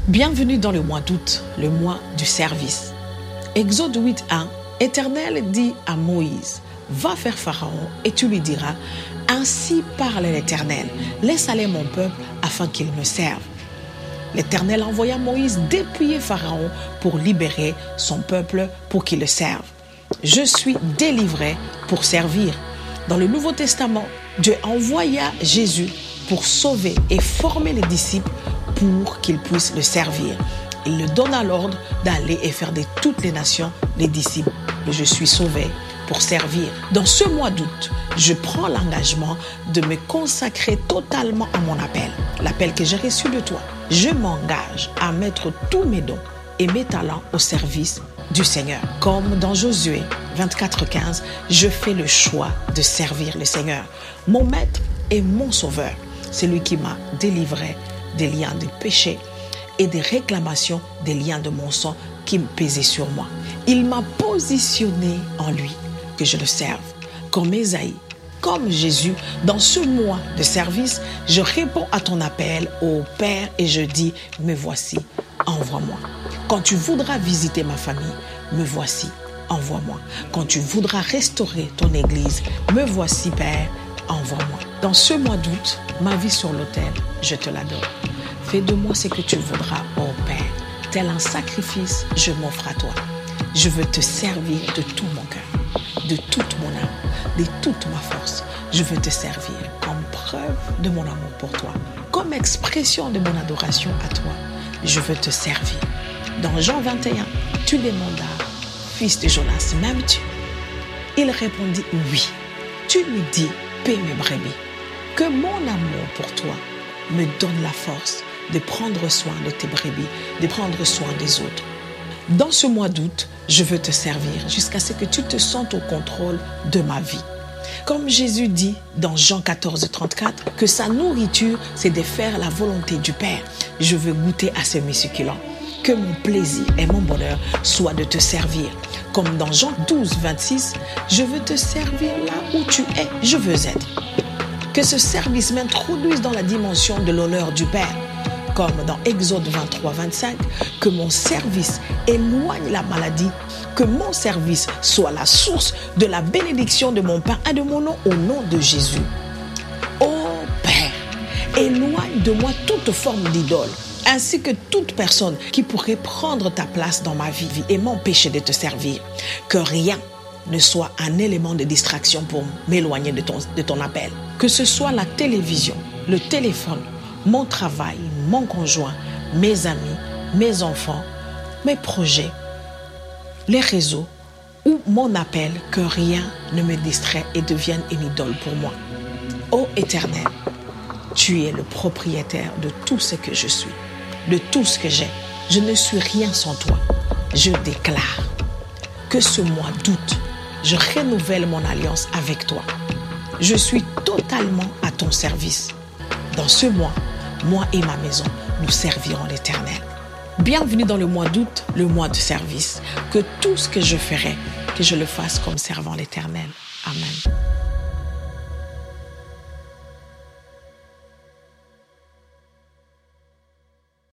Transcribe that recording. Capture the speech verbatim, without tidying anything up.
Bienvenue dans le mois d'août, le mois du service. Exode huit un, Éternel dit à Moïse, va vers Pharaon et tu lui diras, ainsi parle l'Éternel, laisse aller mon peuple afin qu'il me serve. L'Éternel envoya Moïse dépouiller Pharaon pour libérer son peuple pour qu'il le serve. Je suis délivré pour servir. Dans le Nouveau Testament, Dieu envoya Jésus pour sauver et former les disciples pour qu'ils puissent le servir. Il leur donna l'ordre d'aller et faire de toutes les nations les disciples. Et je suis sauvé pour servir. Dans ce mois d'août, je prends l'engagement de me consacrer totalement à mon appel, l'appel que j'ai reçu de toi. Je m'engage à mettre tous mes dons et mes talents au service du Seigneur. Comme dans Josué vingt-quatre quinze, je fais le choix de servir le Seigneur, mon maître et mon sauveur. C'est lui qui m'a délivré des liens de péché et des réclamations des liens de mon sang qui me pesaient sur moi. Il m'a positionné en lui, que je le serve, comme Ésaïe, comme Jésus. Dans ce mois de service, je réponds à ton appel au Père et je dis, me voici, envoie-moi. Quand tu voudras visiter ma famille, me voici, envoie-moi. Quand tu voudras restaurer ton église, me voici, Père, envoie-moi. Dans ce mois d'août, ma vie sur l'autel, je te la donne. Fais de moi ce que tu voudras, ô Père. Tel un sacrifice, je m'offre à toi. Je veux te servir de tout mon cœur, de toute mon âme, de toute ma force. Je veux te servir comme preuve de mon amour pour toi, comme expression de mon adoration à toi. Je veux te servir. Dans Jean vingt et un, tu demandas, fils de Jonas, m'aimes-tu? Il répondit, oui. Tu lui dis, paie mes brebis. Que mon amour pour toi me donne la force de prendre soin de tes brebis, de prendre soin des autres. Dans ce mois d'août, je veux te servir jusqu'à ce que tu te sentes au contrôle de ma vie. Comme Jésus dit dans Jean quatorze trente-quatre, que sa nourriture, c'est de faire la volonté du Père. Je veux goûter à ce mets succulent. Que mon plaisir et mon bonheur soient de te servir. Comme dans Jean douze vingt-six, je veux te servir là où tu es, je veux être. Que ce service m'introduise dans la dimension de l'honneur du Père. Comme dans Exode vingt-trois vingt-cinq, que mon service éloigne la maladie, que mon service soit la source de la bénédiction de mon Père et de mon nom au nom de Jésus. Ô Père, éloigne de moi toute forme d'idole, ainsi que toute personne qui pourrait prendre ta place dans ma vie et m'empêcher de te servir. Que rien ne soit un élément de distraction pour m'éloigner de ton, de ton appel. Que ce soit la télévision, le téléphone, mon travail, mon conjoint, mes amis, mes enfants, mes projets, les réseaux ou mon appel, que rien ne me distrait et devienne une idole pour moi. Ô Éternel, tu es le propriétaire de tout ce que je suis, de tout ce que j'ai. Je ne suis rien sans toi. Je déclare que ce mois d'août, je renouvelle mon alliance avec toi. Je suis totalement à ton service. Dans ce mois, moi et ma maison, nous servirons l'Éternel. Bienvenue dans le mois d'août, le mois de service. Que tout ce que je ferai, que je le fasse comme servant l'Éternel. Amen.